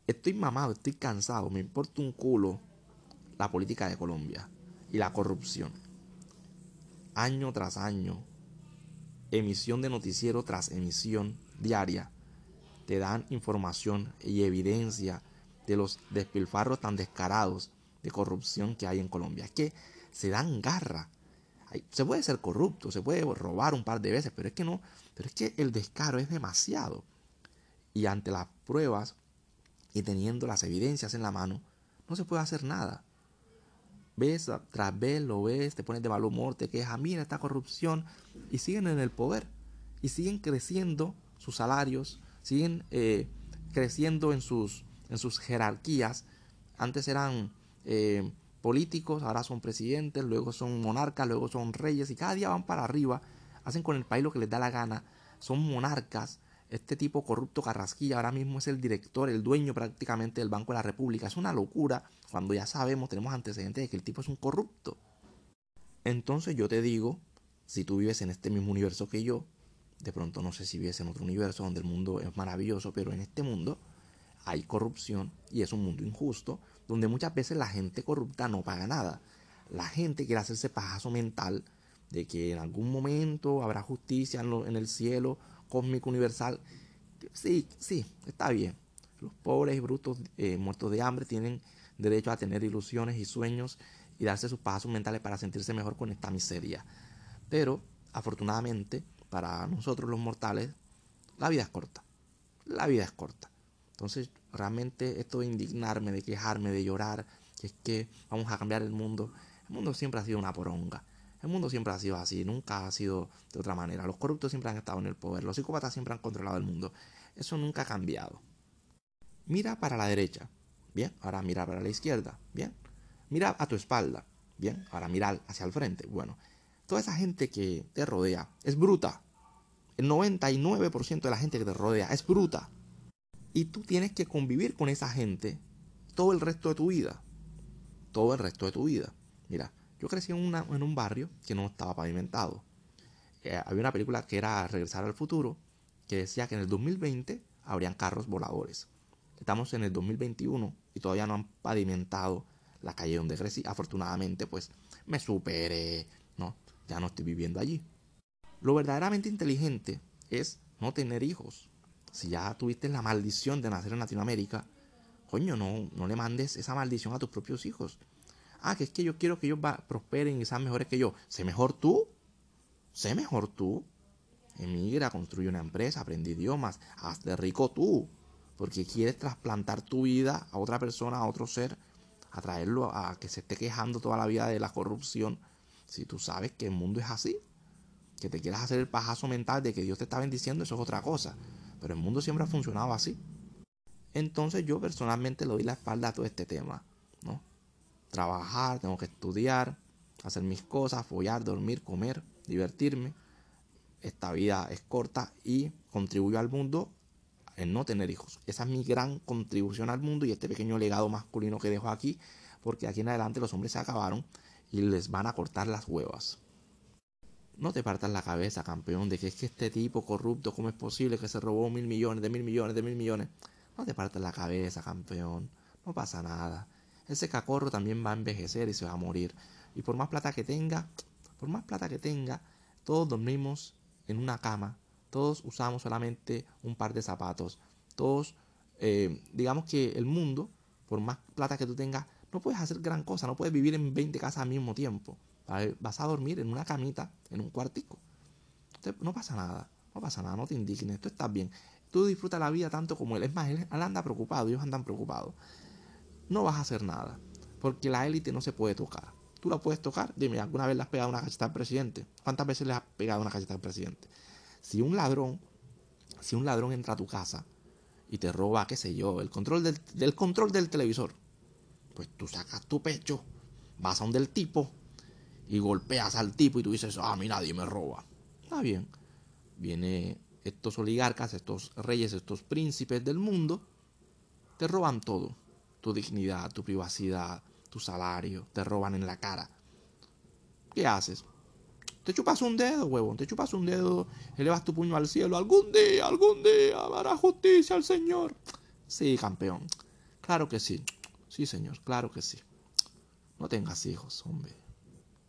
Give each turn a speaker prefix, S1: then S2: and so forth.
S1: Estoy mamado, estoy cansado, me importa un culo la política de Colombia y la corrupción. Año tras año, emisión de noticiero tras emisión diaria, te dan información y evidencia de los despilfarros tan descarados de corrupción que hay en Colombia. Es que se dan garra. Se puede ser corrupto, se puede robar un par de veces, pero es que no, pero es que el descaro es demasiado. Y ante las pruebas y teniendo las evidencias en la mano, no se puede hacer nada. Ves tras vez, lo ves, te pones de mal humor, te quejas, mira esta corrupción, y siguen en el poder, y siguen creciendo sus salarios, siguen creciendo en sus jerarquías. Antes eran políticos, ahora son presidentes, luego son monarcas, luego son reyes, y cada día van para arriba, hacen con el país lo que les da la gana, son monarcas. Este tipo corrupto Carrasquilla ahora mismo es el director, el dueño prácticamente del Banco de la República. Es una locura cuando ya sabemos, tenemos antecedentes de que el tipo es un corrupto. Entonces yo te digo, si tú vives en este mismo universo que yo, de pronto no sé si vives en otro universo donde el mundo es maravilloso, pero en este mundo hay corrupción y es un mundo injusto, donde muchas veces la gente corrupta no paga nada. La gente quiere hacerse pajazo mental de que en algún momento habrá justicia en el cielo cósmico universal. Sí, sí, está bien. Los pobres y brutos muertos de hambre tienen derecho a tener ilusiones y sueños y darse sus pasos mentales para sentirse mejor con esta miseria. Pero, afortunadamente, para nosotros los mortales, la vida es corta. La vida es corta. Entonces, realmente esto de indignarme, de quejarme, de llorar, que es que vamos a cambiar el mundo siempre ha sido una poronga. El mundo siempre ha sido así, nunca ha sido de otra manera. Los corruptos siempre han estado en el poder, los psicópatas siempre han controlado el mundo. Eso nunca ha cambiado. Mira para la derecha, bien, ahora mira para la izquierda, bien. Mira a tu espalda, bien, ahora mira hacia el frente. Bueno, toda esa gente que te rodea es bruta. El 99% de la gente que te rodea es bruta. Y tú tienes que convivir con esa gente todo el resto de tu vida. Todo el resto de tu vida. Mira, yo crecí en un barrio que no estaba pavimentado. Había una película que era Regresar al Futuro, que decía que en el 2020 habrían carros voladores. Estamos en el 2021 y todavía no han pavimentado la calle donde crecí. Afortunadamente, pues me superé, ¿no? Ya no estoy viviendo allí. Lo verdaderamente inteligente es no tener hijos. Si ya tuviste la maldición de nacer en Latinoamérica, coño, no le mandes esa maldición a tus propios hijos. Ah, que es que yo quiero que ellos prosperen y sean mejores que yo. Sé mejor tú. Sé mejor tú. Emigra, construye una empresa, aprende idiomas, hazte rico tú. Porque quieres trasplantar tu vida a otra persona, a otro ser, a traerlo a que se esté quejando toda la vida de la corrupción. Si tú sabes que el mundo es así, que te quieras hacer el pajazo mental de que Dios te está bendiciendo, eso es otra cosa. Pero el mundo siempre ha funcionado así. Entonces yo personalmente le doy la espalda a todo este tema, ¿no? Trabajar, tengo que estudiar, hacer mis cosas, follar, dormir, comer, divertirme. Esta vida es corta y contribuyo al mundo en no tener hijos. Esa es mi gran contribución al mundo y este pequeño legado masculino que dejo aquí, porque aquí en adelante los hombres se acabaron y les van a cortar las huevas. No te partas la cabeza, campeón, de que es que este tipo corrupto, ¿cómo es posible que se robó 1.000 millones, de 1.000 millones, de 1.000 millones? No te partas la cabeza, campeón. No pasa nada. Ese cacorro también va a envejecer y se va a morir. Y por más plata que tenga, todos dormimos en una cama. Todos usamos solamente un par de zapatos. Todos, digamos que el mundo, por más plata que tú tengas, no puedes hacer gran cosa. No puedes vivir en 20 casas al mismo tiempo. Vas a dormir en una camita, en un cuartico. Entonces, no pasa nada, no pasa nada, no te indignes, tú estás bien. Tú disfrutas la vida tanto como él. Es más, él anda preocupado, ellos andan preocupados. No vas a hacer nada, porque la élite no se puede tocar. Tú la puedes tocar, dime, ¿alguna vez le has pegado una cacheta al presidente? ¿Cuántas veces le has pegado una cacheta al presidente? Si un ladrón, si un ladrón entra a tu casa y te roba, qué sé yo, del control del televisor, pues tú sacas tu pecho, vas a donde el tipo y golpeas al tipo y tú dices, a mí nadie me roba. Está bien. Viene estos oligarcas, estos reyes, estos príncipes del mundo, te roban todo. Tu dignidad, tu privacidad, tu salario, te roban en la cara. ¿Qué haces? Te chupas un dedo, huevón, te chupas un dedo, elevas tu puño al cielo. Algún día hará justicia al Señor. Sí, campeón. Claro que sí. Sí, señor, claro que sí. No tengas hijos, hombre.